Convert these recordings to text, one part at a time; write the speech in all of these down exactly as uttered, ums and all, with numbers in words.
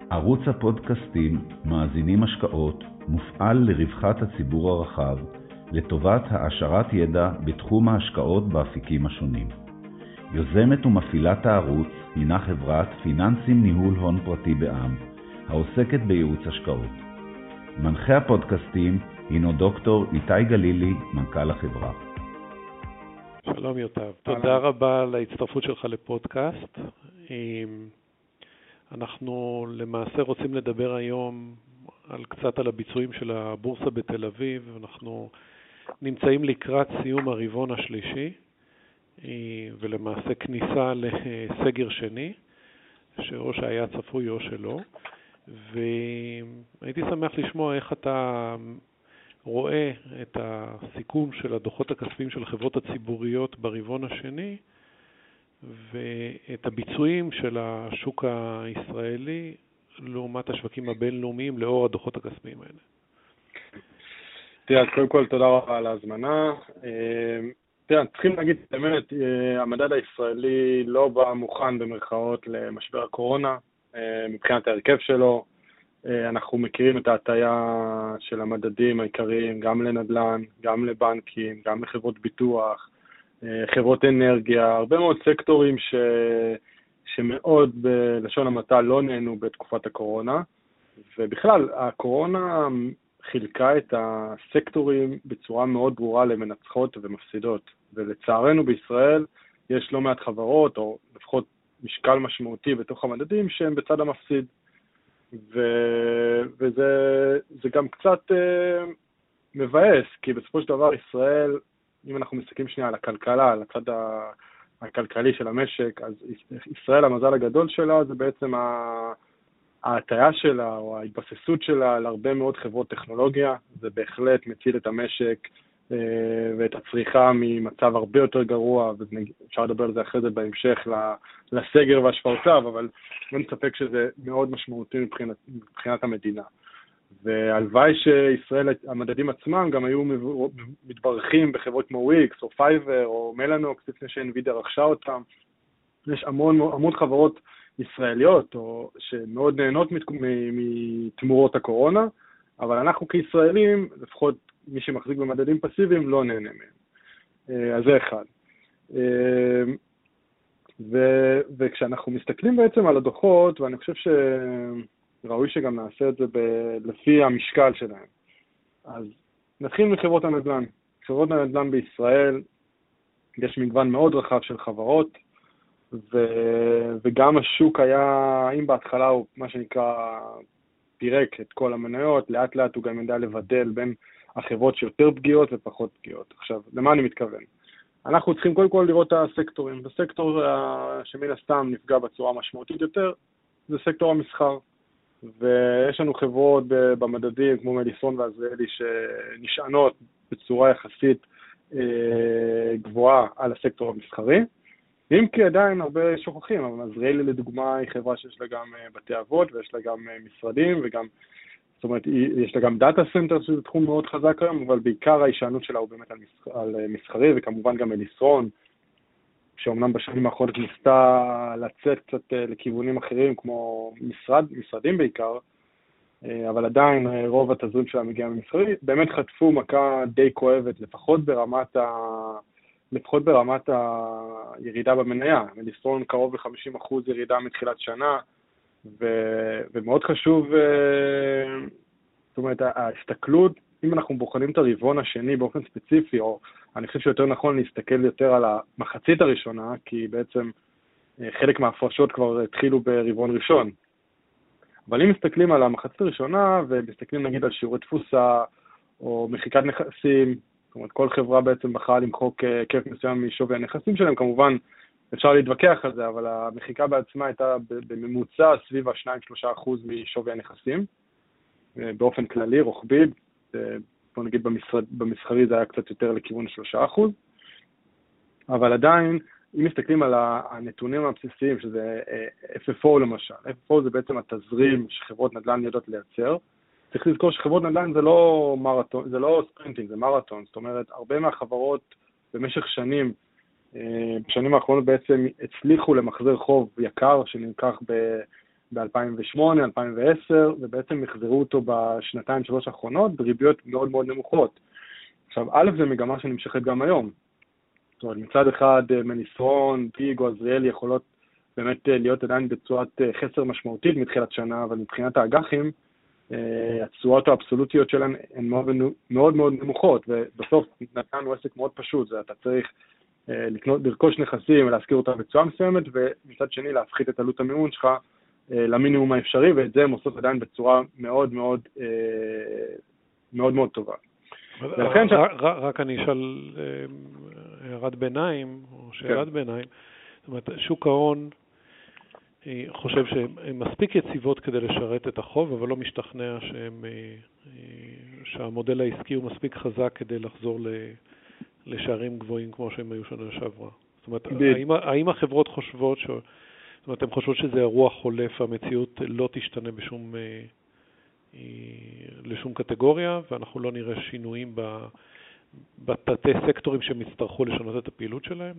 ערוץ הפודקאסטים מאזינים השקעות מופעל לרווחת הציבור הרחב, לטובת העשרת ידע בתחום ההשקעות באפיקים השונים. יוזמת ומפעילת הערוץ הינה חברת פיננסים ניהול הון פרטי בע"מ, העוסקת בייעוץ השקעות. מנחה הפודקאסטים הינו דוקטור איתי גלילי, מנכ"ל החברה. שלום יוטב, תודה רבה על ההצטרפות שלך לפודקאסט. אנחנו למעשה רוצים לדבר היום על קצת על הביצועים של הבורסה בתל אביב. אנחנו נמצאים לקראת סיום הרבעון השלישי, ולמעשה כניסה לסגר שני, שאו שהיה צפוי או שלא. והייתי שמח לשמוע איך אתה רואה את הסיכום של הדוחות הכספיים של החברות הציבוריות ברבעון השני, ואת הביצועים של השוק הישראלי לעומת השווקים הבינלאומיים לאור הדוחות הכספיים האלה. תראה, אז קודם כל תודה רבה על ההזמנה. תראה, צריכים להגיד באמת, המדד הישראלי לא בא מוכן במרכאות למשבר הקורונה, מבחינת ההרכב שלו. אנחנו מכירים את ההטיה של המדדים העיקריים, גם לנדל"ן, גם לבנקים, גם לחברות ביטוח, חברות אנרגיה, הרבה מאוד סקטורים ש... שמאוד בלשון המעטה לא נהנו בתקופת הקורונה, ובכלל הקורונה חילקה את הסקטורים בצורה מאוד ברורה למנצחות ומפסידות, ולצערנו בישראל יש לא מעט חברות, או לפחות משקל משמעותי בתוך המדדים שהם בצד המפסיד, ו... וזה זה גם קצת אה, מבאס, כי בסופו של דבר ישראל, אם אנחנו מסתכלים שנייה על הכלכלה, על הצד הכלכלי של המשק, אז ישראל, המזל הגדול שלה, זה בעצם ההטיה שלה, או ההתבססות שלה על הרבה מאוד חברות טכנולוגיה. זה בהחלט מציל את המשק ואת הצריכה ממצב הרבה יותר גרוע, ואפשר לדבר על זה אחרי זה בהמשך לסגר והשפעותיו, אבל אין ספק שזה מאוד משמעותי מבחינת, מבחינת המדינה. והלוואי שישראל, המדדים עצמם גם היו מתברכים בחברות כמו וויקס או פייבר או מלאנוקס, לפני שאינווידיה רכשה אותם. יש המון, המון חברות ישראליות או שמאוד נהנות מתמורות הקורונה, אבל אנחנו כישראלים, לפחות מי שמחזיק במדדים פסיביים, לא נהנה מהם. אז זה אחד. וכשאנחנו מסתכלים בעצם על הדוחות, ואני חושב ש... ראוי שגם נעשה את זה ב- לפי המשקל שלהם. אז נתחיל מחברות הנדל"ן. חברות הנדל"ן בישראל, יש מגוון מאוד רחב של חברות, ו- וגם השוק היה, אם בהתחלה הוא מה שנקרא פירק את כל המניות, לאט לאט הוא גם ידע לבדל בין החברות שיותר פגיעות ופחות פגיעות. עכשיו, למה אני מתכוון? אנחנו צריכים קודם כל לראות את הסקטורים. הסקטור שמן הסתם נפגע בצורה משמעותית יותר, זה סקטור המסחר. ויש לנו חברות במדדים כמו מליסון ועזריאלי שנשענות בצורה יחסית אה, גבוהה על הסקטור המסחרי. אם כי עדיין הרבה שוכחים, אבל עזריאלי לדוגמה היא חברה שיש לה גם בתי אבות ויש לה גם משרדים, וגם, זאת אומרת, יש לה גם דאטה סנטר שזה תחום מאוד חזק היום, אבל בעיקר ההישענות שלה הוא באמת על, מסח... על מסחרי, וכמובן גם מליסון, שאומנם בשנים האחרונות ניסתה לצאת קצת לכיוונים אחרים, כמו משרד, משרדים בעיקר, אבל עדיין רוב התזרים שלה מגיע ממסחרי. באמת חטפו מכה די כואבת, לפחות ברמת ה... לפחות ברמת הירידה במניה. מליסון קרוב ל-חמישים אחוז ירידה מתחילת שנה, ו... ומאוד חשוב, זאת אומרת, ההסתכלות, אם אנחנו בוחנים את הרבעון השני באופן ספציפי, או אני חושב שיותר נכון להסתכל יותר על המחצית הראשונה, כי בעצם חלק מההפרשות כבר התחילו ברבעון ראשון. אבל אם מסתכלים על המחצית הראשונה, ומסתכלים נגיד על שיעורי תפוסה, או מחיקת נכסים, זאת אומרת, כל חברה בעצם בחרה למחוק היקף מסוים משווי הנכסים שלהם, כמובן אפשר להתווכח על זה, אבל המחיקה בעצמה הייתה בממוצע סביב ה-שתיים עד שלושה אחוז משווי הנכסים, באופן כללי, רוחבי, בוא נגיד במשרד, במסחרי זה היה קצת יותר לכיוון שלושה אחוז, אבל עדיין, אם מסתכלים על הנתונים הבסיסיים, שזה אף אף או למשל, אף אף או זה בעצם התזרים שחברות נדל"ן יודעות לייצר, צריך לזכור שחברות נדל"ן זה לא מרתון, זה לא ספרינטינג, זה מרתון, זאת אומרת, הרבה מהחברות במשך שנים, בשנים האחרונות בעצם הצליחו למחזר חוב יקר שנלקח ב-אלפיים ושמונה, אלפיים ועשר, ובעצם החזרו אותו בשנתיים שלוש האחרונות בריביות מאוד מאוד נמוכות. עכשיו, א', זה מגמה שנמשכת גם היום. זאת אומרת, מצד אחד, מניסרון, פיג או עזריאלי יכולות באמת להיות עדיין בצורת חסר משמעותית מתחילת שנה, אבל מבחינת האג"חים, התשואות האבסולוטיות שלהן הן מאוד מאוד, מאוד נמוכות, ובסוף נתנו עסק מאוד פשוט, זה אתה צריך לקנות, לרכוש נכסים ולהזכיר אותם בצורה מסוימת, ומצד שני להפחית את עלות המימון שלך למינימום האפשרי, ואת זה הם עושות עדיין בצורה מאוד מאוד מאוד מאוד טובה. רק אני אשאל הערת ביניים, או שאלת ביניים, זאת אומרת, שוק ההון חושב שהן מספיק יציבות כדי לשרת את החוב, אבל לא משתכנע שהם, שהמודל העסקי הוא מספיק חזק כדי לחזור לשערים גבוהים כמו שהם היו שנה שעברה. זאת אומרת, האם, האם החברות חושבות, ש... זאת אומרת, הן חושבות שזה אירוע חולף, המציאות לא תשתנה בשום, לשום קטגוריה, ואנחנו לא נראה שינויים בתתי סקטורים שמצטרכו לשנות את הפעילות שלהם?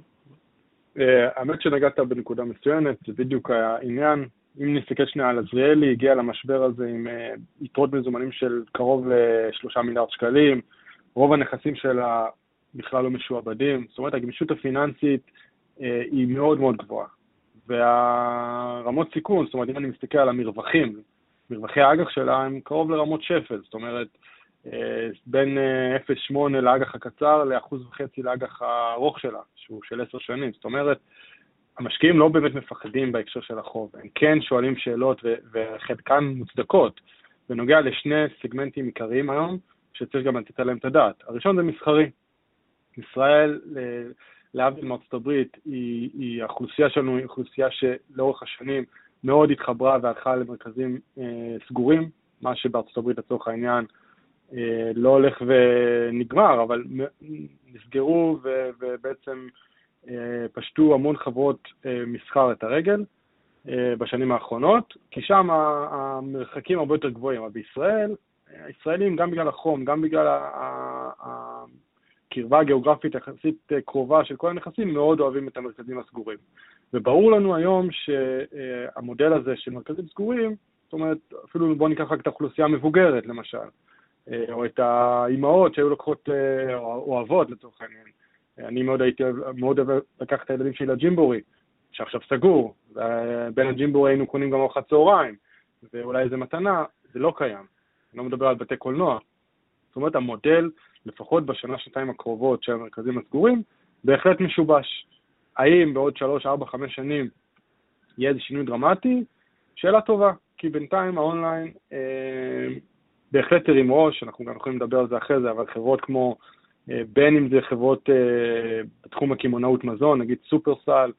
האמת שנגעת בנקודה מצוינת, זה בדיוק העניין. אם נסתכל שנייה על עזריאלי, הגיע למשבר הזה עם יתרות מזומנים של קרוב לשלושה מיליארד שקלים, רוב הנכסים שלה בכלל לא משועבדים, זאת אומרת, הגמישות הפיננסית היא מאוד מאוד גבוהה. והרמות סיכון, זאת אומרת, אם אני מסתכל על המרווחים, מרווחי האג"ח שלה הם קרוב לרמות שפל, זאת אומרת, בין אפס נקודה שמונה לאג"ח הקצר לאחוז וחצי לאג"ח הארוך שלה, שהוא של עשר שנים. זאת אומרת, המשקיעים לא באמת מפחדים בהקשר של החוב, הם כן שואלים שאלות וחלקן מוצדקות, בנוגע לשני סגמנטים עיקריים היום, שצריך גם לתת עליהם את הדעת. הראשון זה מסחרי. ישראל, להבדיל מארצות הברית, היא, היא האוכלוסייה שלנו, היא אוכלוסייה שלאורך השנים מאוד התחברה והלכה למרכזים אה, סגורים, מה שבארצות הברית לצורך העניין אה, לא הולך ונגמר, אבל נסגרו ו, ובעצם אה, פשטו המון חברות אה, מסחר את הרגל אה, בשנים האחרונות, כי שם המרחקים הרבה יותר גבוהים. אבל בישראל, הישראלים גם בגלל החום, גם בגלל ה... קרבה גיאוגרפית יחסית קרובה של כל הנכסים, מאוד אוהבים את המרכזים הסגורים. וברור לנו היום שהמודל הזה של מרכזים סגורים, זאת אומרת, אפילו בוא ניקח רק את האוכלוסייה המבוגרת, למשל, או את האימהות שהיו לוקחות אוהבות לצורך העניין. אני מאוד הייתי מאוד אוהב לקחת את הילדים שלי לג'ימבורי, שעכשיו סגור, ובין הג'ימבורי היינו קונים גם ארוחת צהריים, ואולי איזה מתנה, זה לא קיים. אני לא מדבר על בתי קולנוע. זאת אומרת, המודל, לפחות בשנה שנתיים הקרובות של המרכזים הסגורים, בהחלט משובש. האם בעוד שלוש, ארבע, חמש שנים יהיה איזה שינוי דרמטי? שאלה טובה, כי בינתיים האונליין אה, בהחלט תרים ראש, אנחנו גם יכולים לדבר על זה אחרי זה, אבל חברות כמו, אה, בין אם זה חברות אה, בתחום הקמעונאות מזון, נגיד סופרסל,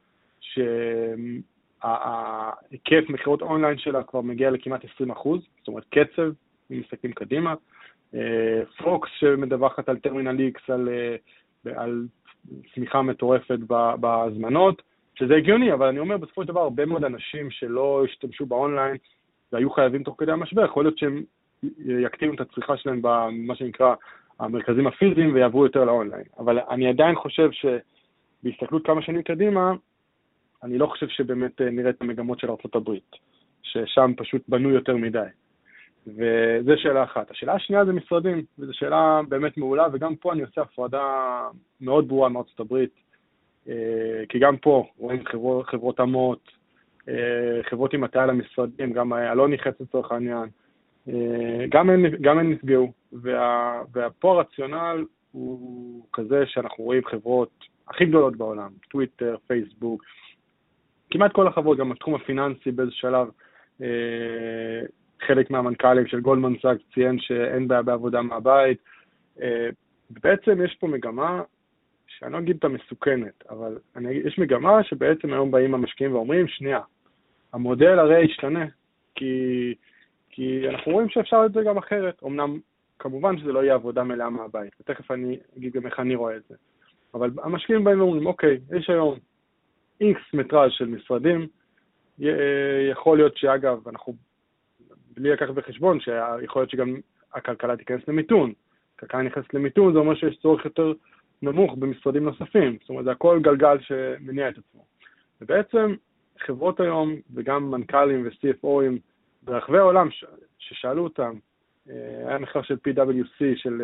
שההיקף מחירות אונליין שלה כבר מגיע לכמעט עשרים אחוז, זאת אומרת קצב, אם מסתכלים קדימה, פוקס שמדווחת על טרמינל איקס, על, על צמיחה מטורפת בהזמנות, שזה הגיוני, אבל אני אומר בסופו של דבר, הרבה מאוד אנשים שלא השתמשו באונליין והיו חייבים תוך כדי המשבר, יכול להיות שהם יקטינו את הצריכה שלהם במה שנקרא המרכזים הפיזיים ויעברו יותר לאונליין. אבל אני עדיין חושב שבהסתכלות כמה שנים קדימה, אני לא חושב שבאמת נראה את המגמות של ארצות הברית, ששם פשוט בנו יותר מדי. וזו שאלה אחת. השאלה השנייה זה משרדים, וזו שאלה באמת מעולה, וגם פה אני עושה הפרדה מאוד ברורה מארצות הברית, כי גם פה רואים חברות, חברות עמות, חברות עם הטעה למשרדים, גם אלון נחץ לצורך העניין, גם הם, גם הם נפגעו, וה, ופה הרציונל הוא כזה שאנחנו רואים חברות הכי גדולות בעולם, טוויטר, פייסבוק, כמעט כל החברות, גם בתחום הפיננסי באיזה שלב, חלק מהמנכ"לים של גולדמן סאקס ציין שאין בעיה בעבודה מהבית. בעצם יש פה מגמה, שאני לא אגיד אותה מסוכנת, אבל אני אגיד, יש מגמה שבעצם היום באים המשקיעים ואומרים, שנייה, המודל הרי ישתנה, כי, כי אנחנו רואים שאפשר את זה גם אחרת. אמנם, כמובן שזה לא יהיה עבודה מלאה מהבית, ותכף אני אגיד גם איך אני רואה את זה. אבל המשקיעים באים ואומרים, אוקיי, יש היום איקס מטראז' של משרדים, יכול להיות שאגב, אנחנו בלי לקחת בחשבון שיכול להיות שגם הכלכלה תיכנס למיתון. הכלכלה נכנסת למיתון, זה אומר שיש צורך יותר נמוך במשרדים נוספים. זאת אומרת, זה הכל גלגל שמניע את עצמו. ובעצם חברות היום, וגם מנכ"לים ו-סי אף או'ים ברחבי העולם ש... ששאלו אותם, היה מחקר של פי דאבליו סי, של,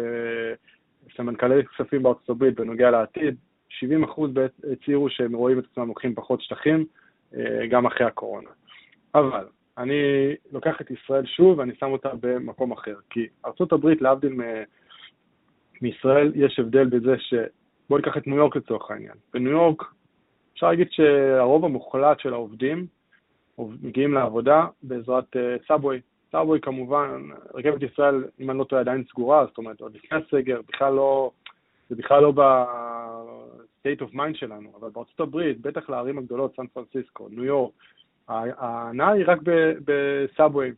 של מנכ"לי כספים בארצות הברית בנוגע לעתיד, שבעים אחוז הצהירו שהם רואים את עצמם לוקחים פחות שטחים, גם אחרי הקורונה. אבל אני לוקח את ישראל שוב ואני שם אותה במקום אחר, כי ארצות הברית, להבדיל מ... מישראל, יש הבדל בזה ש... בואו ניקח את ניו יורק לצורך העניין. בניו יורק אפשר להגיד שהרוב המוחלט של העובדים מגיעים לעבודה בעזרת סאבווי. סאבווי כמובן, רכבת ישראל, אם אני לא טועה, עדיין סגורה, זאת אומרת, עוד לפני הסגר, בכלל לא, זה בכלל לא ב-state of mind שלנו, אבל בארצות הברית, בטח לערים הגדולות, סן פרנסיסקו, ניו יורק, ההנאה היא רק בסאבווי,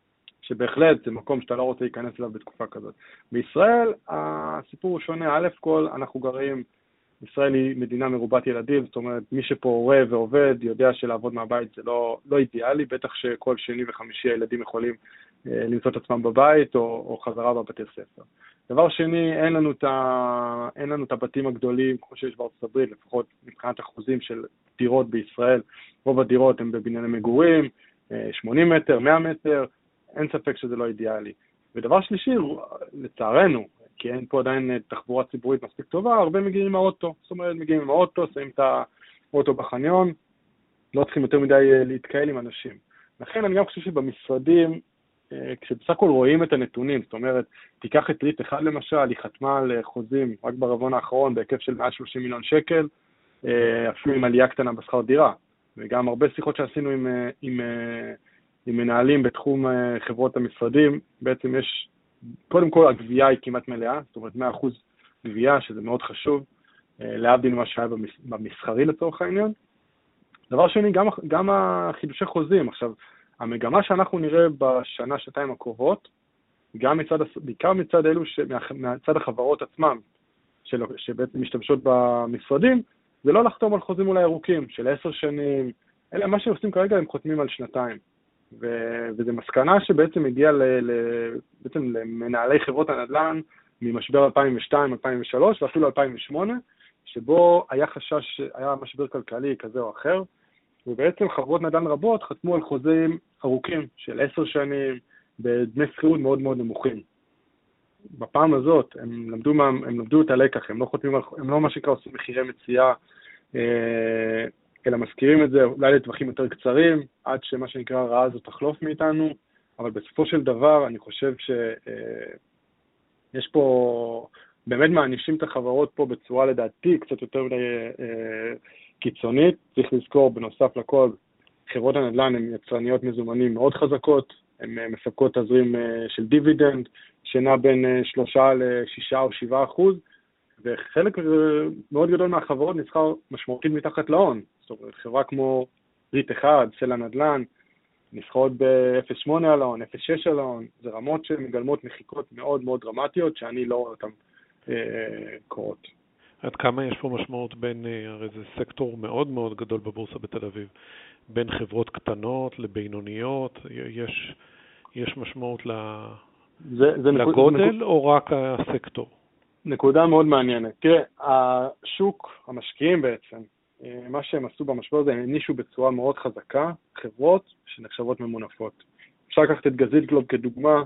שבהחלט זה מקום שאתה לא רוצה להיכנס אליו בתקופה כזאת. בישראל הסיפור הוא שונה, א' כל אנחנו גרים, ישראל היא מדינה מרובת ילדים, זאת אומרת מי שפה הורה ועובד יודע שלעבוד מהבית זה לא, לא אידיאלי, בטח שכל שני וחמישי הילדים יכולים אה, למצוא את עצמם בבית או, או חזרה בבתי ספר. דבר שני, אין לנו, את ה, אין לנו את הבתים הגדולים כמו שיש בארצות הברית, לפחות מבחינת אחוזים של דירות בישראל, רוב הדירות הן בבנייני מגורים, אה, שמונים מטר, מאה מטר, אין ספק שזה לא אידיאלי. ודבר שלישי, לצערנו, כי אין פה עדיין תחבורה ציבורית מספיק טובה, הרבה מגיעים עם האוטו. זאת אומרת, מגיעים עם האוטו, שמים את האוטו בחניון, לא צריכים יותר מדי להתקהל עם אנשים. לכן אני גם חושב שבמשרדים, כשבסך הכל רואים את הנתונים, זאת אומרת, תיקח את ליט אחד למשל, היא חתמה על חוזים רק ברבעון האחרון, בהיקף של מעל שלושים מיליון שקל, אפילו עם עלייה קטנה בשכר דירה. וגם הרבה שיחות שעשינו עם, עם, עם מנהלים בתחום חברות המשרדים, בעצם יש, קודם כל הגבייה היא כמעט מלאה, זאת אומרת מאה אחוז גבייה, שזה מאוד חשוב, להבדיל ממה שהיה במסחרי לצורך העניין. דבר שני, גם, גם החידושי חוזים. עכשיו, המגמה שאנחנו נראה בשנה, שנתיים הקרובות, גם מצד, בעיקר מצד אלו, ש, מצד החברות עצמם, של, שבעצם משתמשות במשרדים, זה לא לחתום על חוזים אולי ארוכים, של עשר שנים, אלא מה שעושים כרגע הם חותמים על שנתיים. ו, וזה מסקנה שבעצם הגיעה ל, ל, בעצם למנהלי חברות הנדל"ן ממשבר אלפיים ושתיים אלפיים ושלוש ואפילו אלפיים ושמונה, שבו היה חשש, היה משבר כלכלי כזה או אחר, ובעצם חברות נדל"ן רבות חתמו על חוזים ארוכים של עשר שנים, בדמי שכירות מאוד מאוד נמוכים. בפעם הזאת הם למדו, מה, הם למדו את הלקח, הם לא חותמים על, הם לא מה שנקרא עושים מחירי מציאה, אה, אלא מזכירים את זה אולי לטווחים יותר קצרים, עד שמה שנקרא הרעה הזאת תחלוף מאיתנו, אבל בסופו של דבר אני חושב שיש פה, באמת מענישים את החברות פה בצורה לדעתי קצת יותר מדי אה, קיצונית. צריך לזכור בנוסף לכל, חברות הנדל"ן הן יצרניות מזומנים מאוד חזקות, הן מספקות תזרים של דיבידנד, שנע בין שלושה לשישה או שבעה אחוז, וחלק מאוד גדול מהחברות נסחר משמעותית מתחת להון. זאת אומרת, חברה כמו ריט אחד, סלע נדל"ן, נסחרות ב-אפס נקודה שמונה על ההון, אפס נקודה שש על ההון, זה רמות שמגלמות מחיקות מאוד מאוד דרמטיות, שאני לא רואה אותן אה, קורות. עד כמה יש פה משמעות בין, הרי זה סקטור מאוד מאוד גדול בבורסה בתל אביב, בין חברות קטנות לבינוניות, יש, יש משמעות ל, זה, זה לגודל נקוד, או רק הסקטור? נקודה מאוד מעניינת. תראה, השוק, המשקיעים בעצם, מה שהם עשו במשבר הזה, הם הנישו בצורה מאוד חזקה חברות שנחשבות ממונפות. אפשר לקחת את גזית גלוב כדוגמה,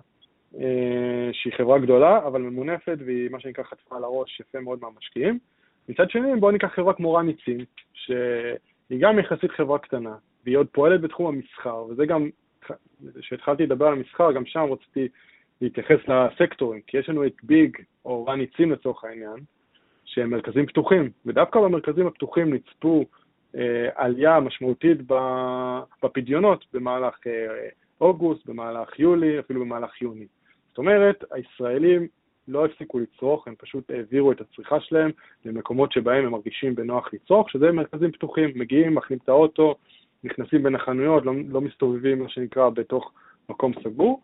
שהיא חברה גדולה, אבל ממונפת, והיא מה שנקרא חטפה על הראש יפה מאוד מהמשקיעים. מצד שני, בואו ניקח חברה כמו רניצים, שהיא גם יחסית חברה קטנה, והיא עוד פועלת בתחום המסחר, וזה גם, כשהתחלתי לדבר על המסחר, גם שם רציתי להתייחס לסקטורים, כי יש לנו את ביג או רניצים לצורך העניין, שהם מרכזים פתוחים, ודווקא במרכזים הפתוחים נצפו אה, עלייה משמעותית בפדיונות במהלך אה, אוגוסט, במהלך יולי, אפילו במהלך יוני. זאת אומרת, הישראלים לא הפסיקו לצרוך, הם פשוט העבירו את הצריכה שלהם למקומות שבהם הם מרגישים בנוח לצרוך, שזה מרכזים פתוחים, מגיעים, מכנים את האוטו, נכנסים בין החנויות, לא, לא מסתובבים מה שנקרא בתוך מקום סגור.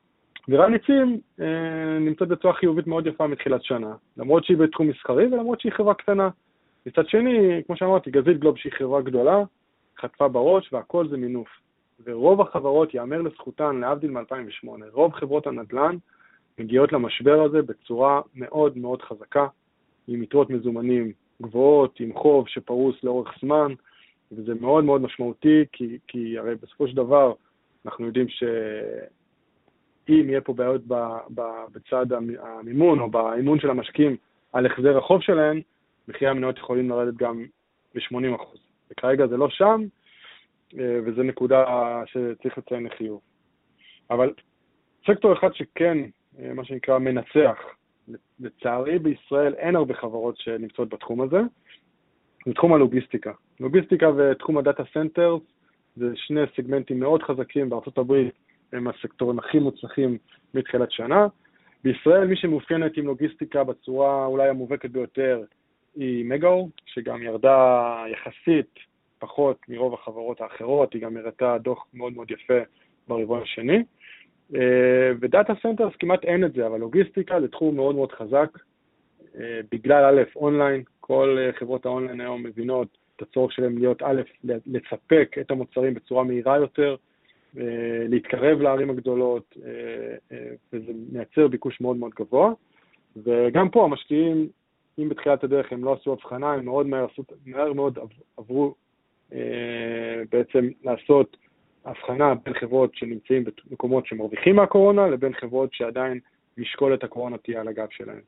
ורניצים אה, נמצאת בצורה חיובית מאוד יפה מתחילת שנה, למרות שהיא בתחום מסחרי ולמרות שהיא חברה קטנה. מצד שני, כמו שאמרתי, גזית גלוב שהיא חברה גדולה, חטפה בראש והכל זה מינוף. ורוב החברות, יאמר לזכותן, להבדיל מ-אלפיים ושמונה, רוב חברות הנדל"ן מגיעות למשבר הזה בצורה מאוד מאוד חזקה, עם יתרות מזומנים גבוהות, עם חוב שפרוס לאורך זמן, וזה מאוד מאוד משמעותי, כי, כי הרי בסופו של דבר אנחנו יודעים שאם יהיה פה בעיות ב, ב, בצד המימון או באימון של המשקיעים על החזר החוב שלהם, מחירי המניות יכולים לרדת גם ב-שמונים אחוז. וכרגע זה לא שם, וזו נקודה שצריך לציין לחיוב. אבל סקטור אחד שכן, מה שנקרא, מנצח, לצערי בישראל אין הרבה חברות שנמצאות בתחום הזה, זה תחום הלוגיסטיקה. לוגיסטיקה ותחום הדאטה סנטרס, זה שני סגמנטים מאוד חזקים בארצות הברית, הם הסקטורים הכי מוצלחים מתחילת שנה. בישראל מי שמאופיינת עם לוגיסטיקה בצורה אולי המובהקת ביותר היא מגאור, שגם ירדה יחסית פחות מרוב החברות האחרות, היא גם הראתה דוח מאוד מאוד יפה ברבעון השני. ודאטה סנטרס כמעט אין את זה, אבל לוגיסטיקה זה תחום מאוד מאוד חזק, בגלל א' אונליין, כל חברות האונליין היום מבינות את הצורך שלהם להיות א', לספק את המוצרים בצורה מהירה יותר, להתקרב לערים הגדולות, וזה מייצר ביקוש מאוד מאוד גבוה. וגם פה המשקיעים, אם בתחילת הדרך הם לא עשו הבחנה, הם מאוד מהר, מהר מאוד עברו בעצם לעשות הבחנה בין חברות שנמצאים במקומות שמרוויחים מהקורונה, לבין חברות שעדיין משקולת הקורונה תהיה על הגב שלהם.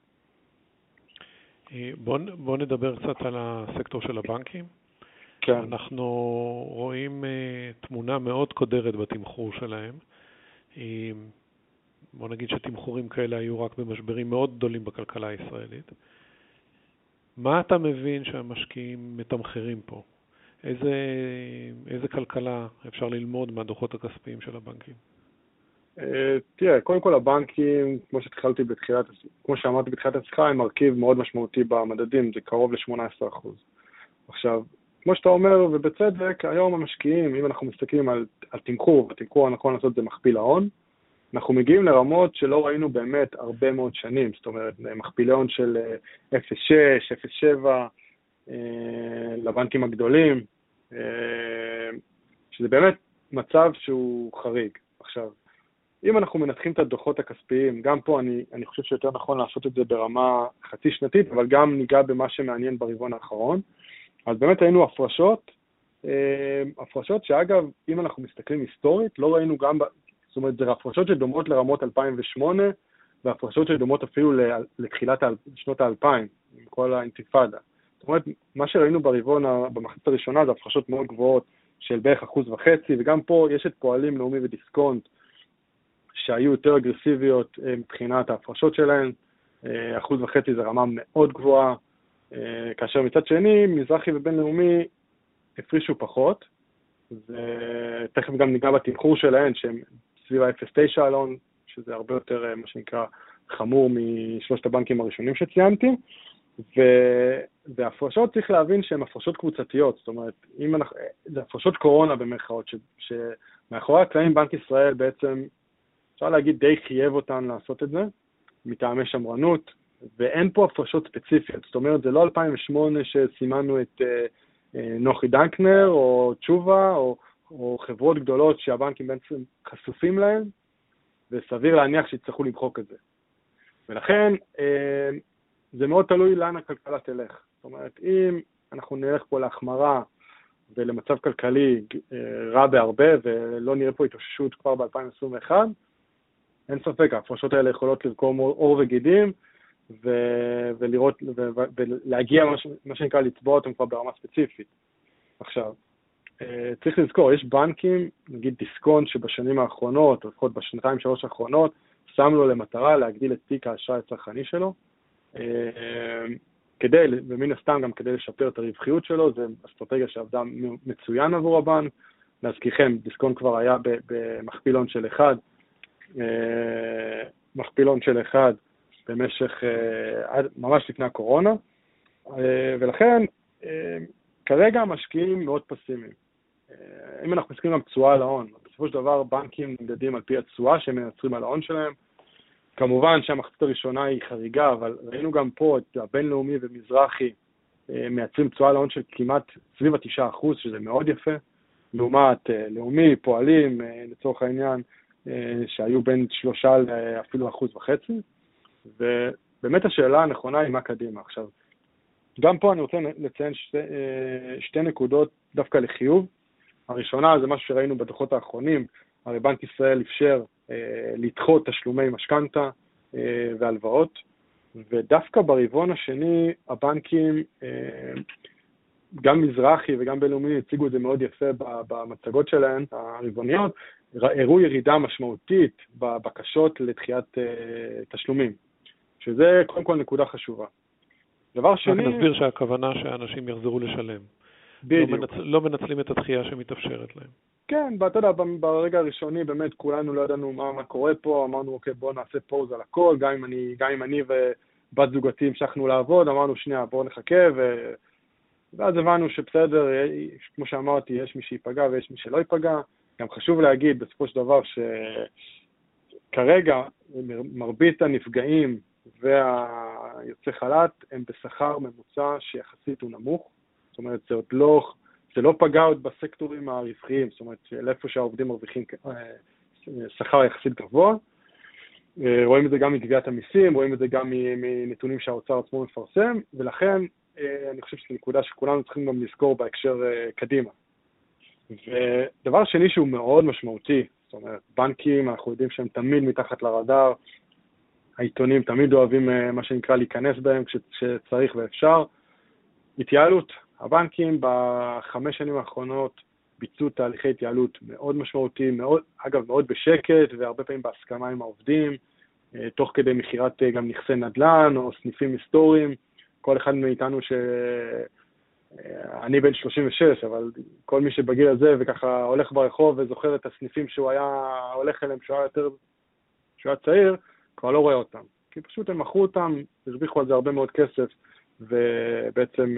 בוא, בוא נדבר קצת על הסקטור של הבנקים. כן. אנחנו רואים uh, תמונה מאוד קודרת בתמחור שלהם. Uh, בוא נגיד שתמחורים כאלה היו רק במשברים מאוד גדולים בכלכלה הישראלית. מה אתה מבין שהמשקיעים מתמחרים פה? איזה, איזה כלכלה אפשר ללמוד מהדוחות הכספיים של הבנקים? Uh, תראה, קודם כל הבנקים, כמו שהתחלתי בתחילת, כמו שאמרתי בתחילת השיחה, הם מרכיב מאוד משמעותי במדדים, זה קרוב ל-שמונה עשרה אחוז. עכשיו, כמו שאתה אומר, ובצדק, היום המשקיעים, אם אנחנו מסתכלים על, על תמחור, התמחור הנכון לעשות זה מכפיל ההון, אנחנו מגיעים לרמות שלא ראינו באמת הרבה מאוד שנים, זאת אומרת, מכפיל ההון של אפס נקודה שש, אפס נקודה שבע, לבנקים הגדולים, שזה באמת מצב שהוא חריג. עכשיו, אם אנחנו מנתחים את הדוחות הכספיים, גם פה אני, אני חושב שיותר נכון לעשות את זה ברמה חצי שנתית, אבל גם ניגע במה שמעניין ברבעון האחרון. אז באמת ראינו הפרשות, הפרשות שאגב, אם אנחנו מסתכלים היסטורית, לא ראינו גם, זאת אומרת, זה הפרשות שדומות לרמות אלפיים ושמונה, והפרשות שדומות אפילו לתחילת שנות האלפיים, עם כל האינתיפאדה. זאת אומרת, מה שראינו ברבעון, במחצית הראשונה, זה הפרשות מאוד גבוהות של בערך אחוז וחצי, וגם פה יש את פועלים לאומי ודיסקונט, שהיו יותר אגרסיביות מבחינת ההפרשות שלהן, אחוז וחצי זה רמה מאוד גבוהה, כאשר מצד שני, מזרחי ובינלאומי הפרישו פחות, ותכף גם ניגע בתמחור שלהן, שהם סביב ה-אפס נקודה תשע אלון, שזה הרבה יותר, מה שנקרא, חמור משלושת הבנקים הראשונים שציינתי, והפרשות צריך להבין שהן הפרשות קבוצתיות, זאת אומרת, אם אנחנו, זה הפרשות קורונה במרכאות, שמאחורי הקלעים בנק ישראל בעצם, אפשר להגיד, די חייב אותן לעשות את זה, מטעמי שמרנות, ואין פה הפרשות ספציפיות, זאת אומרת, זה לא אלפיים ושמונה שסימנו את uh, נוחי דנקנר, או תשובה, או, או חברות גדולות שהבנקים בעצם חשופים להם, וסביר להניח שיצטרכו למחוק את זה. ולכן, uh, זה מאוד תלוי לאן הכלכלה תלך. זאת אומרת, אם אנחנו נלך פה להחמרה, ולמצב כלכלי uh, רע בהרבה, ולא נראה פה התאוששות כבר ב-אלפיים עשרים ואחת, אין ספק, ההפרשות האלה יכולות לרקום אור וגידים, ו- ולראות, ו- ו- ולהגיע, מה, ש- מה שנקרא, לצבוע אותם כבר ברמה ספציפית. עכשיו, צריך לזכור, יש בנקים, נגיד דיסקונט, שבשנים האחרונות, או לפחות בשנתיים שלוש האחרונות, שם לו למטרה להגדיל את תיק האשראי הצרכני שלו, כדי, ומן הסתם גם כדי לשפר את הרווחיות שלו, זה אסטרטגיה שעבדה מצוין עבור הבנק. להזכירכם, דיסקונט כבר היה במכפילון של אחד, מכפילון של אחד במשך, ממש לפני הקורונה, ולכן כרגע המשקיעים מאוד פסימיים. אם אנחנו מסתכלים על תשואה על ההון, בסופו של דבר בנקים נמדדים על פי התשואה שהם מייצרים על ההון שלהם. כמובן שהמחצית הראשונה היא חריגה, אבל ראינו גם פה את הבינלאומי ומזרחי מייצרים תשואה על ההון של כמעט סביב התשעה אחוז, שזה מאוד יפה, לעומת לאומי, פועלים, לצורך העניין, שהיו בין שלושה לאפילו אחוז וחצי, ובאמת השאלה הנכונה היא מה קדימה. עכשיו, גם פה אני רוצה לציין שתי, שתי נקודות דווקא לחיוב. הראשונה זה משהו שראינו בדוחות האחרונים, הרי בנק ישראל אפשר אה, לדחות תשלומי משכנתה אה, והלוואות, ודווקא ברבעון השני הבנקים, אה, גם מזרחי וגם בינלאומי הציגו את זה מאוד יפה במצגות שלהם, הרבעוניות, הראו ירידה משמעותית בבקשות לדחיית אה, תשלומים, שזה קודם כל נקודה חשובה. דבר שני... רק נסביר שהכוונה שהאנשים יחזרו לשלם. בדיוק. לא, מנצ... לא מנצלים את הדחייה שמתאפשרת להם. כן, אתה יודע, ברגע הראשוני באמת כולנו לא ידענו מה, מה קורה פה, אמרנו אוקיי בואו נעשה פוז על הכל, גם אם אני, גם אם אני ובת זוגתי המשכנו לעבוד, אמרנו שנייה בואו נחכה, ו... ואז הבנו שבסדר, כמו שאמרתי, יש מי שיפגע ויש מי שלא ייפגע. גם חשוב להגיד בסופו של דבר שכרגע מרבית הנפגעים והיוצא חל"ת הם בשכר ממוצע שיחסית הוא נמוך, זאת אומרת זה עוד לא, זה לא פגע עוד בסקטורים הרווחיים, זאת אומרת לאיפה שהעובדים מרוויחים שכר יחסית גבוה. רואים את זה גם מגביית המיסים, רואים את זה גם מנתונים שהאוצר עצמו מפרסם, ולכן אני חושב שזו נקודה שכולנו צריכים גם לזכור בהקשר קדימה. ודבר שני שהוא מאוד משמעותי, זאת אומרת, בנקים, אנחנו יודעים שהם תמיד מתחת לרדאר, העיתונים תמיד אוהבים מה שנקרא להיכנס בהם כשצריך ואפשר. התייעלות, הבנקים בחמש שנים האחרונות ביצעו תהליכי התייעלות מאוד משמעותי, מאוד, אגב מאוד בשקט והרבה פעמים בהסכמה עם העובדים, תוך כדי מחירת גם נכסי נדל"ן או סניפים היסטוריים. כל אחד מאיתנו ש... אני בן שלושים ושש, אבל כל מי שבגיל הזה וככה הולך ברחוב וזוכר את הסניפים שהוא היה הולך אליהם שהוא היה יותר, שהוא היה צעיר, כבר לא רואה אותם. כי פשוט הם מכרו אותם, הרוויחו על זה הרבה מאוד כסף, ובעצם...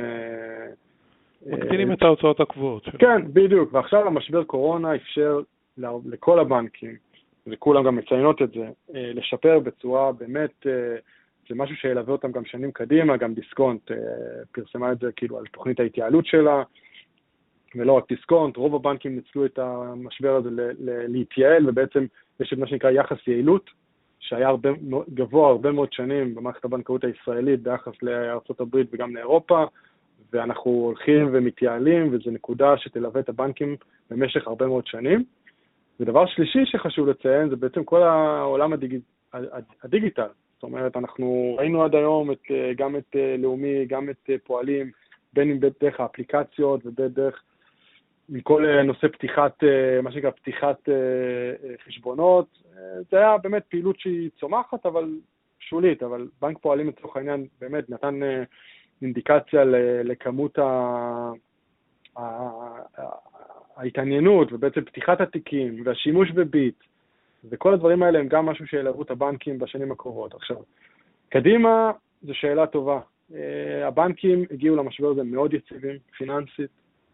מקטינים את ההוצאות הקבועות. כן, בדיוק. ועכשיו המשבר קורונה אפשר לכל הבנקים, וכולם גם מציינות את זה, לשפר בצורה באמת... זה משהו שילווה אותם גם שנים קדימה, גם דיסקונט פרסמה את זה כאילו על תוכנית ההתייעלות שלה, ולא רק דיסקונט, רוב הבנקים ניצלו את המשבר הזה להתייעל, ובעצם יש את מה שנקרא יחס יעילות, שהיה הרבה, גבוה הרבה מאוד שנים במערכת הבנקאות הישראלית, ביחס לארצות הברית וגם לאירופה, ואנחנו הולכים ומתייעלים, וזו נקודה שתלווה את הבנקים במשך הרבה מאוד שנים. ודבר שלישי שחשוב לציין, זה בעצם כל העולם הדיג... הדיגיטל. זאת אומרת, אנחנו ראינו עד היום את, גם את לאומי, גם את פועלים, בין אם דרך האפליקציות ובדרך עם כל נושא פתיחת, מה שנקרא פתיחת חשבונות. זה היה באמת פעילות שהיא צומחת, אבל שולית, אבל בנק פועלים לצורך העניין באמת נתן אינדיקציה לכמות ההתעניינות ובעצם פתיחת התיקים והשימוש בביט, וכל הדברים האלה הם גם משהו שילוו את הבנקים בשנים הקרובות. עכשיו, קדימה זו שאלה טובה. הבנקים הגיעו למשבר הזה מאוד יציבים, פיננסית.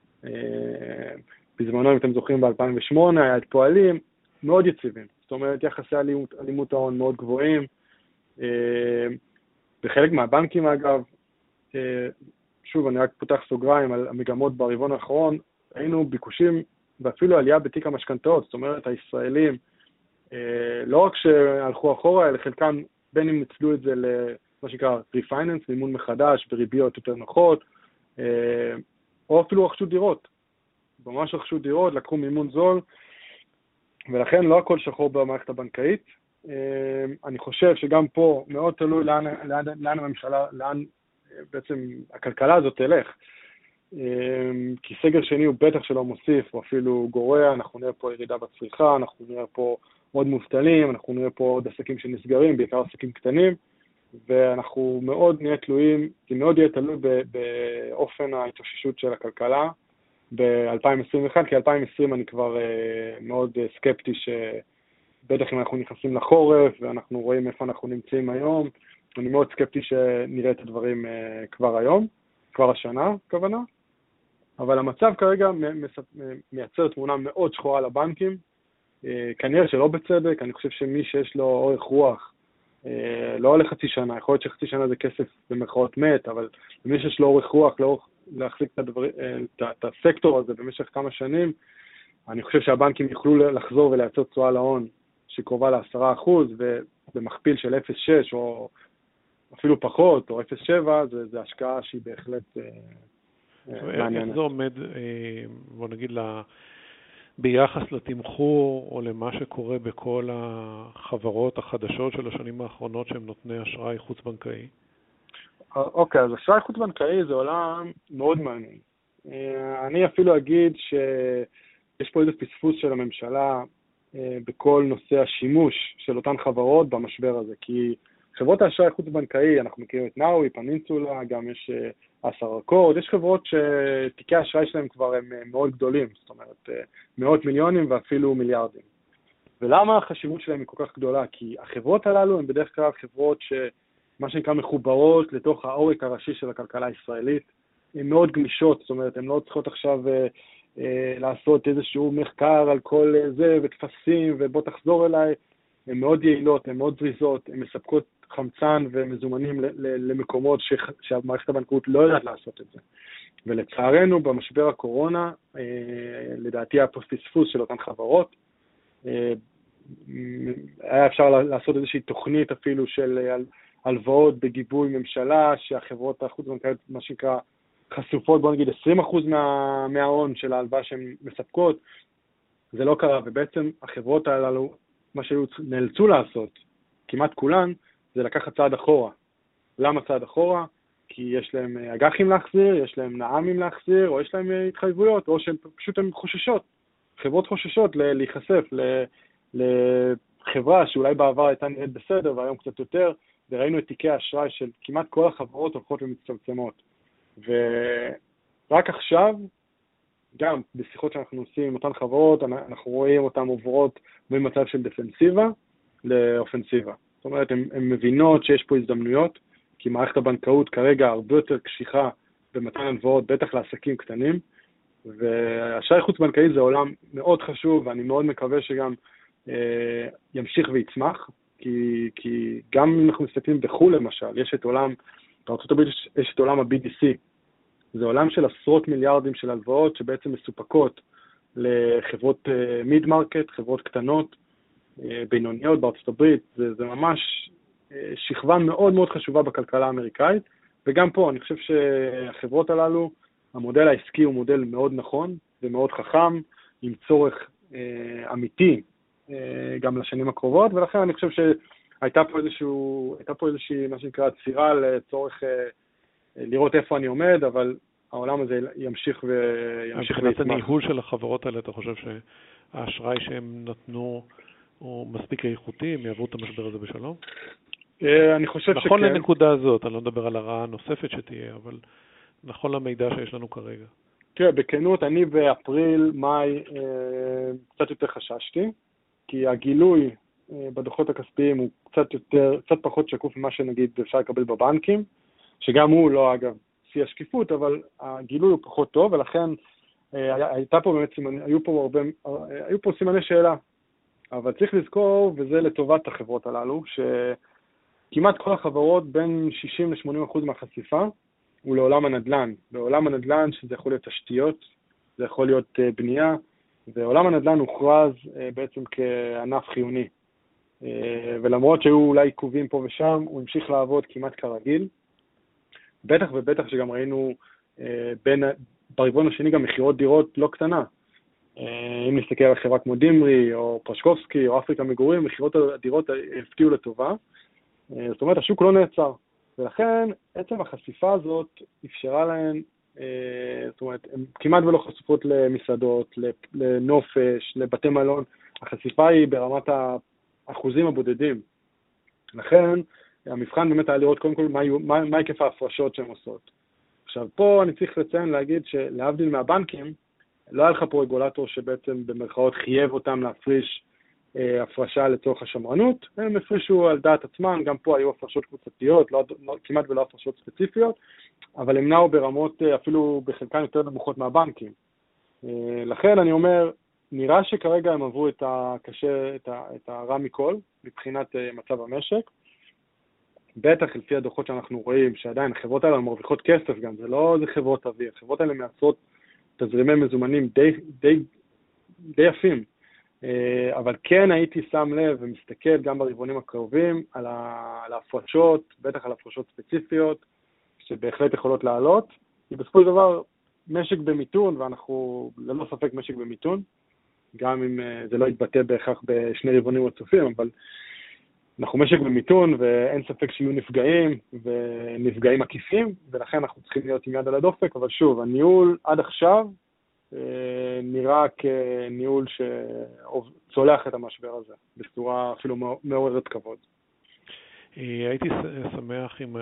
בזמנו, אם אתם זוכרים, ב-אלפיים ושמונה היה את פועלים, מאוד יציבים. זאת אומרת, יחסי אלימות, אלימות ההון מאוד גבוהים. בחלק מהבנקים, אגב, שוב, אני רק פותח סוגריים על המגמות ברבעון האחרון, היינו ביקושים ואפילו עלייה בתיק המשכנתאות. זאת אומרת, הישראלים, לא רק שהלכו אחורה, אלא חלקם בין אם ניצלו את זה למה שנקרא ריפייננס, מימון מחדש בריביות יותר נוחות, או אפילו רכשו דירות. ממש רכשו דירות, לקחו מימון זול, ולכן לא הכל שחור במערכת הבנקאית. אני חושב שגם פה מאוד תלוי לאן, לאן, לאן הממשלה, לאן בעצם הכלכלה הזאת תלך. כי סגר שני הוא בטח שלא מוסיף, או אפילו גורע, אנחנו נראה פה ירידה בצריכה, אנחנו נראה פה עוד מובטלים, אנחנו נראה פה עוד עסקים שנסגרים, בעיקר עסקים קטנים, ואנחנו מאוד נהיה תלויים, זה מאוד יהיה תלוי באופן ההתאוששות של הכלכלה ב-אלפיים עשרים ואחת, כי אלפיים עשרים אני כבר מאוד סקפטי שבטח אם אנחנו נכנסים לחורף, ואנחנו רואים איפה אנחנו נמצאים היום, אני מאוד סקפטי שנראה את הדברים כבר היום, כבר השנה, כוונה. אבל המצב כרגע מייצר תמונה מאוד שחורה לבנקים, כנראה שלא בצדק. אני חושב שמי שיש לו אורך רוח, לא עולה חצי שנה, יכול להיות שחצי שנה זה כסף במרכאות מת, אבל מי שיש לו אורך רוח, לא להחזיק את, הדבר, את, את הסקטור הזה במשך כמה שנים, אני חושב שהבנקים יוכלו לחזור ולייצר תשואה להון שקרובה ל-עשרה אחוז, ובמכפיל של אפס נקודה שש או אפילו פחות, או אפס נקודה שבע, זה, זה השקעה שהיא בהחלט מעניינת. איך זה עומד, בוא נגיד, ביחס לתמחור או למה שקורה בכל החברות החדשות של השנים האחרונות שהן נותני אשראי חוץ-בנקאי? אוקיי, אז אשראי חוץ-בנקאי זה עולם מאוד מעניין. אני אפילו אגיד שיש פה איזה פספוס של הממשלה בכל נושא השימוש של אותן חברות במשבר הזה, כי חברות האשראי חוץ-בנקאי, אנחנו מכירים את נאווי, פנינסולה, גם יש עשר רקורד, יש חברות שתיקי האשראי שלהם כבר הם מאוד גדולים, זאת אומרת, מאות מיליונים ואפילו מיליארדים. ולמה החשיבות שלהם היא כל כך גדולה? כי החברות הללו הן בדרך כלל חברות שמה שנקרא מחוברות לתוך העורק הראשי של הכלכלה הישראלית, הן מאוד גמישות, זאת אומרת, הן לא צריכות עכשיו לעשות איזשהו מחקר על כל זה ותפסים ובוא תחזור אליי, הן מאוד יעילות, הן מאוד זריזות, הן מספקות חמצן ומזומנים למקומות שהמערכת הבנקאות לא יודעת לעשות את זה. ולצערנו, במשבר הקורונה, לדעתי היה פה פספוס של אותן חברות. היה אפשר לעשות איזושהי תוכנית אפילו של הלוואות בגיבוי ממשלה, שהחברות החוץ-בנקאיות, מה שנקרא, חשופות, בוא נגיד, עשרים אחוז מה, מההון של ההלוואה שהן מספקות. זה לא קרה, ובעצם החברות הללו, מה שהיו נאלצו לעשות, כמעט כולן, זה לקחת צעד אחורה. למה צעד אחורה? כי יש להם אג"חים להחזיר, יש להם נעמים להחזיר, או יש להם התחייבויות, או שהן פשוט הן חוששות. חברות חוששות להיחשף לחברה שאולי בעבר הייתה נראית בסדר, והיום קצת יותר, וראינו את תיקי האשראי של כמעט כל החברות הולכות ומצטמצמות. ורק עכשיו, גם בשיחות שאנחנו עושים עם אותן חברות, אנחנו רואים אותן עוברות במצב של דפנסיבה לאופנסיבה. זאת אומרת, הן מבינות שיש פה הזדמנויות, כי מערכת הבנקאות כרגע הרבה יותר קשיחה במתן הלוואות, בטח לעסקים קטנים, והאשראי חוץ-בנקאי זה עולם מאוד חשוב, ואני מאוד מקווה שגם אה, ימשיך ויצמח, כי, כי גם אם אנחנו מסתכלים בחו"ל למשל, יש את עולם, בארצות הברית יש את עולם ה-בי די סי, זה עולם של עשרות מיליארדים של הלוואות שבעצם מסופקות לחברות מיד מרקט, חברות קטנות, בינוניות בארצות הברית, זה, זה ממש שכבה מאוד מאוד חשובה בכלכלה האמריקאית, וגם פה אני חושב שהחברות הללו, המודל העסקי הוא מודל מאוד נכון ומאוד חכם, עם צורך אה, אמיתי אה, גם לשנים הקרובות, ולכן אני חושב שהייתה פה איזשהו, הייתה פה איזושהי, מה שנקרא, צירה לצורך אה, לראות איפה אני עומד, אבל העולם הזה ימשיך וימשיך ויצמח. מבחינת הניהול של החברות האלה, אתה חושב שהאשראי שהם נתנו הוא מספיק איכותי, הם יעברו את המשבר הזה בשלום? אני חושב שכן. נכון לנקודה הזאת, אני לא מדבר על הרעה הנוספת שתהיה, אבל נכון למידע שיש לנו כרגע. תראה, בכנות, אני באפריל, מאי, קצת יותר חששתי, כי הגילוי בדוחות הכספיים הוא קצת יותר, קצת פחות שקוף ממה שנגיד אפשר לקבל בבנקים, שגם הוא לא, אגב, שיא השקיפות, אבל הגילוי הוא פחות טוב, ולכן הייתה פה באמת סימני, היו פה הרבה, היו פה סימני שאלה. אבל צריך לזכור, וזה לטובת החברות הללו, שכמעט כל החברות בין שישים עד שמונים אחוז מהחשיפה הוא לעולם הנדל"ן. בעולם הנדל"ן, שזה יכול להיות תשתיות, זה יכול להיות בנייה, ועולם הנדל"ן הוכרז בעצם כענף חיוני. ולמרות שהיו אולי עיכובים פה ושם, הוא המשיך לעבוד כמעט כרגיל. בטח ובטח שגם ראינו בין, ברבעון השני גם מחירות דירות לא קטנה. אם נסתכל על חברה כמו דימרי, או פרשקובסקי, או אפריקה מגורים, מחירות הדירות הפתיעו לטובה. זאת אומרת, השוק לא נעצר. ולכן, עצם החשיפה הזאת אפשרה להן, זאת אומרת, הן כמעט ולא חשופות למסעדות, לנופש, לבתי מלון. החשיפה היא ברמת האחוזים הבודדים. לכן, המבחן באמת היה לראות קודם כל מה, מה, מה היקף ההפרשות שהן עושות. עכשיו, פה אני צריך לציין להגיד שלהבדיל מהבנקים, לא היה לך פה רגולטור שבעצם במרכאות חייב אותם להפריש אה, הפרשה לצורך השמרנות, הם הפרישו על דעת עצמם, גם פה היו הפרשות קבוצתיות, לא, לא, כמעט ולא הפרשות ספציפיות, אבל הם נעו ברמות אה, אפילו בחלקן יותר נמוכות מהבנקים. אה, לכן אני אומר, נראה שכרגע הם עברו את הקשה, את, ה, את הרע מכל, מבחינת אה, מצב המשק, בטח לפי הדוחות שאנחנו רואים, שעדיין החברות האלה מרוויחות כסף גם, זה לא זה חברות אוויר, החברות האלה מייצרות תזרימי מזומנים די, די, די יפים, אבל כן הייתי שם לב ומסתכל גם ברבעונים הקרובים על ההפרשות, בטח על הפרשות ספציפיות, שבהחלט יכולות לעלות, כי בסופו של דבר משק במיתון, ואנחנו ללא ספק משק במיתון, גם אם זה לא יתבטא בהכרח בשני רבעונים רצופים, אבל אנחנו משק במיתון, ואין ספק שיהיו נפגעים ונפגעים עקיפים, ולכן אנחנו צריכים להיות עם יד על הדופק, אבל שוב, הניהול עד עכשיו נראה כניהול שצולח את המשבר הזה, בצורה אפילו מעוררת כבוד. הייתי שמח אם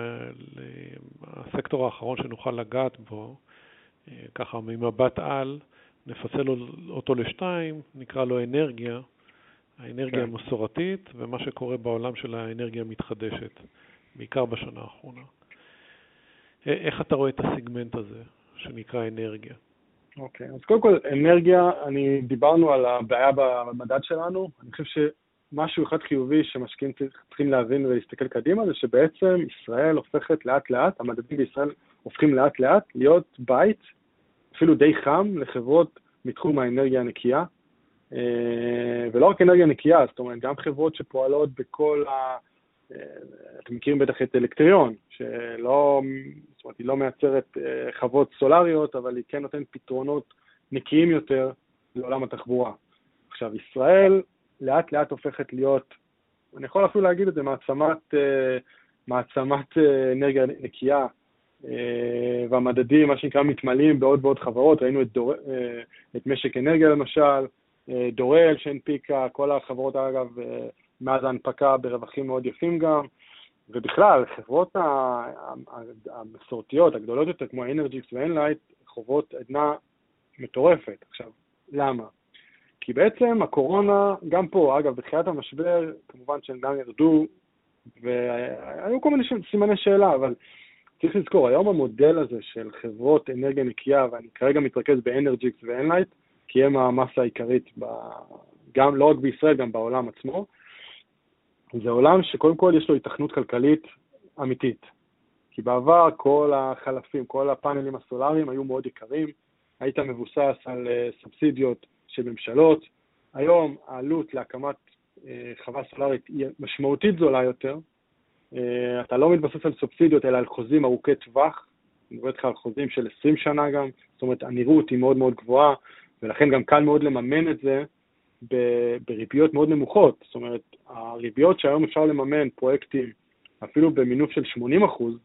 הסקטור האחרון שנוכל לגעת בו, ככה ממבט על, נפצל אותו לשתיים, נקרא לו אנרגיה, האנרגיה כן. המסורתית, ומה שקורה בעולם של האנרגיה המתחדשת, בעיקר בשנה האחרונה. איך אתה רואה את הסיגמנט הזה, שנקרא אנרגיה? אוקיי, אז קודם כל, אנרגיה, אני דיברנו על הבעיה במדד שלנו, אני חושב שמשהו אחד חיובי שמשקיעים צריכים להבין ולהסתכל קדימה, זה שבעצם ישראל הופכת לאט לאט, המדדים בישראל הופכים לאט לאט להיות בית, אפילו די חם, לחברות מתחום האנרגיה הנקייה, ולא רק אנרגיה נקייה, זאת אומרת, גם חברות שפועלות בכל ה... אתם מכירים בטח את אלקטריון, שלא, זאת אומרת, היא לא מייצרת חוות סולריות, אבל היא כן נותנת פתרונות נקיים יותר לעולם התחבורה. עכשיו, ישראל לאט לאט הופכת להיות, אני יכול אפילו להגיד את זה, מעצמת, מעצמת אנרגיה נקייה, והמדדים, מה שנקרא, מתמלאים בעוד ועוד חברות. ראינו את, דור... את משק אנרגיה למשל, דורל שהנפיקה, כל החברות אגב, מאז ההנפקה ברווחים מאוד יפים גם, ובכלל, חברות המסורתיות, הגדולות יותר, כמו אנרג'יקס ואנלייט, חוות עדנה מטורפת. עכשיו, למה? כי בעצם הקורונה, גם פה, אגב, בתחילת המשבר, כמובן שהם גם ירדו, והיו כל מיני סימני שאלה, אבל צריך לזכור, היום המודל הזה של חברות אנרגיה נקייה, ואני כרגע מתרכז באנרג'יקס ואנלייט, כי הם המסה העיקרית, גם לא רק בישראל, גם בעולם עצמו, זה עולם שקודם כל יש לו התכנות כלכלית אמיתית. כי בעבר כל החלפים, כל הפאנלים הסולריים היו מאוד יקרים, היית מבוסס על סובסידיות של ממשלות. היום העלות להקמת חווה סולרית היא משמעותית זולה יותר. אתה לא מתבסס על סובסידיות, אלא על חוזים ארוכי טווח. אני רואה לך על חוזים של עשרים שנה גם, זאת אומרת, הנראות היא מאוד מאוד גבוהה, ולכן גם קל מאוד לממן את זה בריביות מאוד נמוכות. זאת אומרת, הריביות שהיום אפשר לממן פרויקטים, אפילו במינוף של שמונים אחוז,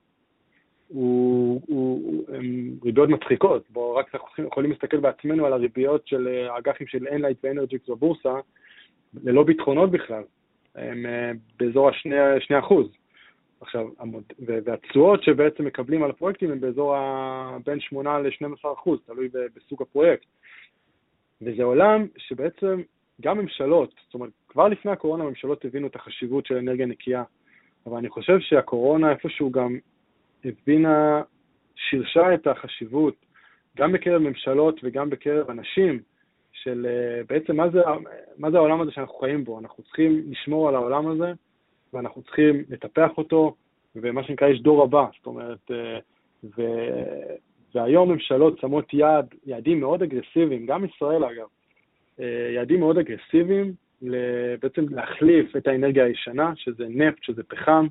הוא, הוא, הם ריביות מצחיקות. בואו רק אנחנו יכולים להסתכל בעצמנו על הריביות של האג"חים של אנלייט ואנרג'יקס בבורסה, ללא ביטחונות בכלל. הם באזור השני אחוז. עכשיו, והתשואות שבעצם מקבלים על הפרויקטים הם באזור בין שמונה ל-שנים עשר אחוז, תלוי בסוג הפרויקט. וזה עולם שבעצם גם ממשלות, זאת אומרת, כבר לפני הקורונה ממשלות הבינו את החשיבות של אנרגיה נקייה, אבל אני חושב שהקורונה איפשהו גם הבינה, שירשה את החשיבות, גם בקרב ממשלות וגם בקרב אנשים, של בעצם מה זה, מה זה העולם הזה שאנחנו חיים בו. אנחנו צריכים לשמור על העולם הזה, ואנחנו צריכים לטפח אותו, ומה שנקרא יש דור הבא, זאת אומרת, ו... והיום ממשלות שמות יעד, יעדים מאוד אגרסיביים, גם ישראל אגב, יעדים מאוד אגרסיביים, בעצם להחליף את האנרגיה הישנה, שזה נפט, שזה פחם,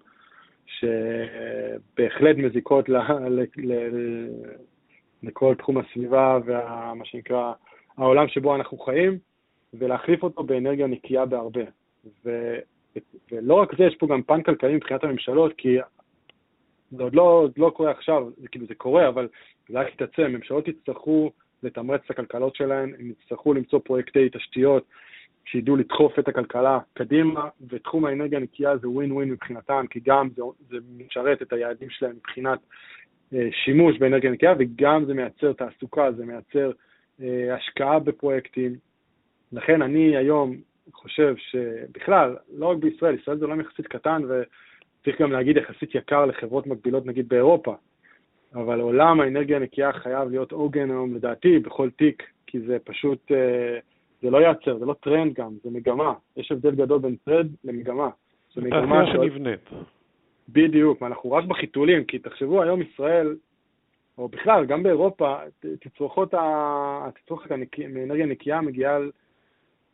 שבהחלט מזיקות ל... ל... ל... לכל תחום הסביבה, ומה שנקרא העולם שבו אנחנו חיים, ולהחליף אותו באנרגיה נקייה בהרבה. ו... ולא רק זה, יש פה גם פן כלכלי מבחינת הממשלות, כי זה עוד לא, עוד לא קורה עכשיו, זה כאילו זה קורה, אבל זה רק יתעצם, ממשלות יצטרכו לתמרץ את הכלכלות שלהן, הם יצטרכו למצוא פרויקטי תשתיות שידעו לדחוף את הכלכלה קדימה, ותחום האנרגיה הנקייה זה ווין ווין מבחינתם, כי גם זה, זה משרת את היעדים שלהם מבחינת אה, שימוש באנרגיה נקייה, וגם זה מייצר תעסוקה, זה מייצר אה, השקעה בפרויקטים. לכן אני היום חושב שבכלל, לא רק בישראל, ישראל זה עולם יחסית קטן, וצריך גם להגיד יחסית יקר לחברות מקבילות נגיד באירופה, אבל עולם האנרגיה הנקייה חייב להיות עוגן היום לדעתי בכל תיק, כי זה פשוט, זה לא ייעצר, זה לא טרנד גם, זה מגמה. יש הבדל גדול בין טרנד למגמה. זה מגמה שנבנית. בדיוק, אנחנו רק בחיתולים, כי תחשבו היום ישראל, או בכלל, גם באירופה, תצרוכות האנרגיה נקייה מגיעה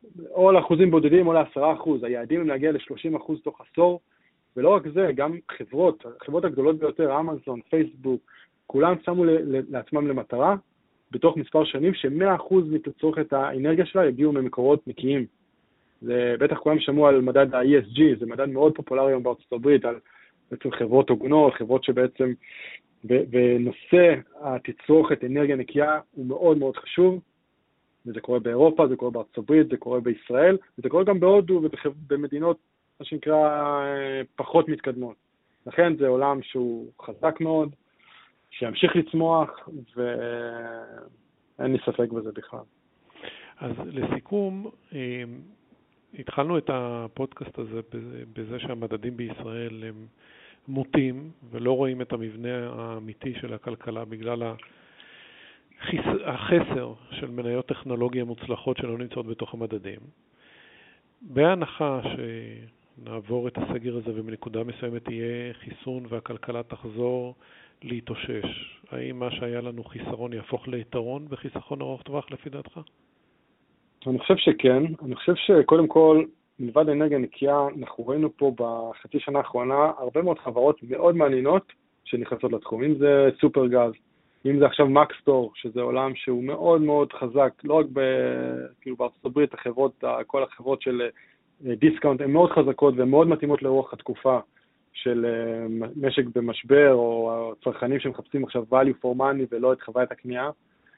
או לאחוזים בודדים או לעשרה אחוז. היעדים הם להגיע ל-שלושים אחוז תוך עשור, ולא רק זה, גם חברות, החברות הגדולות ביותר, אמזון, פייסבוק, כולם שמו לעצמם למטרה, בתוך מספר שנים, ש-מאה אחוז מתצורכת האנרגיה שלה יגיעו ממקורות נקיים. זה, בטח כולם שמעו על מדד ה-אי אס ג'י, זה מדד מאוד פופולרי היום בארצות הברית, על בעצם חברות הוגנות, חברות שבעצם, ו- ונושא התצרוכת אנרגיה נקייה הוא מאוד מאוד חשוב, וזה קורה באירופה, זה קורה בארצות הברית, זה קורה בישראל, וזה קורה גם בהודו ובמדינות, מה שנקרא, פחות מתקדמות. לכן זה עולם שהוא חזק מאוד, שימשיך לצמוח, ואין לי ספק בזה בכלל. אז לסיכום, התחלנו את הפודקאסט הזה בזה שהמדדים בישראל הם מוטים, ולא רואים את המבנה האמיתי של הכלכלה בגלל החסר של מניות טכנולוגיה מוצלחות שלא נמצאות בתוך המדדים. בהנחה שנעבור את הסגר הזה ובנקודה מסוימת יהיה חיסון והכלכלה תחזור להתאושש, האם מה שהיה לנו חיסרון יהפוך ליתרון בחיסכון ארוך טווח לפי דעתך? אני חושב שכן. אני חושב שקודם כל, מלבד האנרגיה נקייה, אנחנו ראינו פה בחצי שנה האחרונה הרבה מאוד חברות מאוד מעניינות שנכנסות לתחום. אם זה סופר גז, אם זה עכשיו מקסטור, שזה עולם שהוא מאוד מאוד חזק, לא רק ב, כאילו בארצות הברית, החברות, כל החברות של דיסקאונט, הן מאוד חזקות והן מאוד מתאימות לרוח התקופה של משק במשבר, או צרכנים שמחפשים עכשיו value for money ולא את חוויית הקנייה.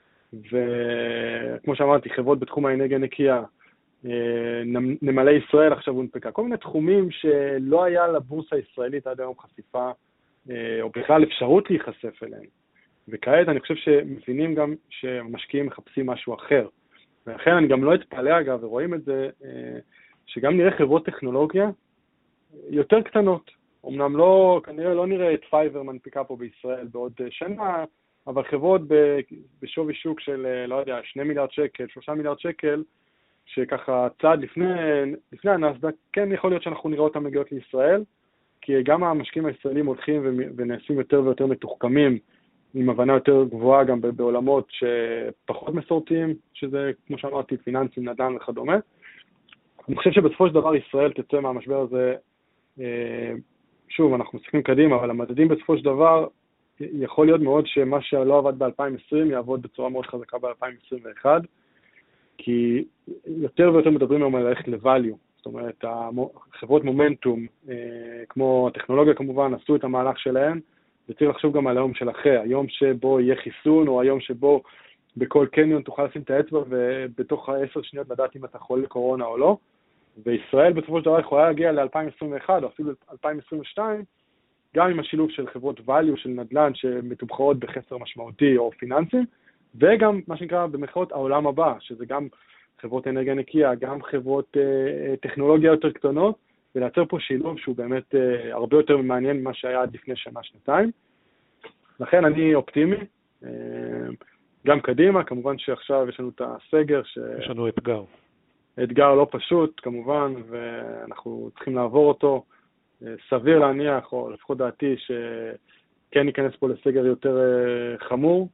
וכמו שאמרתי, חברות בתחום האנרגיה נקייה, נמלי ישראל עכשיו הונפקה, כל מיני תחומים שלא היה לבורסה הישראלית עד היום חשיפה, או בכלל אפשרות להיחשף אליהם. וכעת אני חושב שמבינים גם שמשקיעים מחפשים משהו אחר. ולכן אני גם לא אתפלא אגב, ורואים את זה, שגם נראה חברות טכנולוגיה יותר קטנות. אמנם לא, כנראה לא נראה את פייבר מנפיקה פה בישראל בעוד שנה, אבל חברות בשווי שוק של, לא יודע, שני מיליארד שקל, שלושה מיליארד שקל, שככה צעד לפני, לפני הנסדק, כן יכול להיות שאנחנו נראה אותם מגיעות לישראל, כי גם המשקיעים הישראלים הולכים ונעשים יותר ויותר מתוחכמים, עם הבנה יותר גבוהה גם בעולמות שפחות מסורתיים, שזה, כמו שאמרתי, פיננסים, נדל"ן וכדומה. אני חושב שבסופו של דבר ישראל תצא מהמשבר הזה, שוב, אנחנו מסתכלים קדימה, אבל המדדים בסופו של דבר, יכול להיות מאוד שמה שלא עבד ב-אלפיים עשרים יעבוד בצורה מאוד חזקה ב-אלפיים עשרים ואחת, כי יותר ויותר מדברים היום על ללכת ל-value. זאת אומרת, חברות מומנטום, כמו הטכנולוגיה כמובן, עשו את המהלך שלהם, וצריך לחשוב גם על היום של אחרי, היום שבו יהיה חיסון, או היום שבו בכל קניון תוכל לשים את האצבע, ובתוך העשר שניות לדעת אם אתה חולה קורונה או לא. וישראל בסופו של דבר יכולה להגיע ל-אלפיים עשרים ואחת, או אפילו אלפיים עשרים ושתיים, גם עם השילוב של חברות value, של נדל"ן, שמתומחרות בחסר משמעותי או פיננסים, וגם מה שנקרא במחאות העולם הבא, שזה גם חברות אנרגיה נקייה, גם חברות אה, טכנולוגיה יותר קטנות, ולייצר פה שילוב שהוא באמת אה, הרבה יותר מעניין ממה שהיה עד לפני שנה, שנתיים. לכן אני אופטימי, אה, גם קדימה, כמובן שעכשיו יש לנו את הסגר. ש... יש לנו אתגר. אתגר לא פשוט, כמובן, ואנחנו צריכים לעבור אותו. סביר להניח, או לפחות דעתי, שכן ניכנס פה לסגר יותר חמור,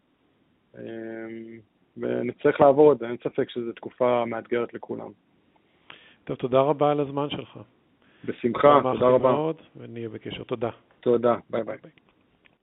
ונצטרך לעבור את זה. אין ספק שזו תקופה מאתגרת לכולם. טוב, תודה רבה על הזמן שלך. בשמחה, תודה רבה. מאוד, ונהיה בקשר. תודה. תודה, ביי ביי.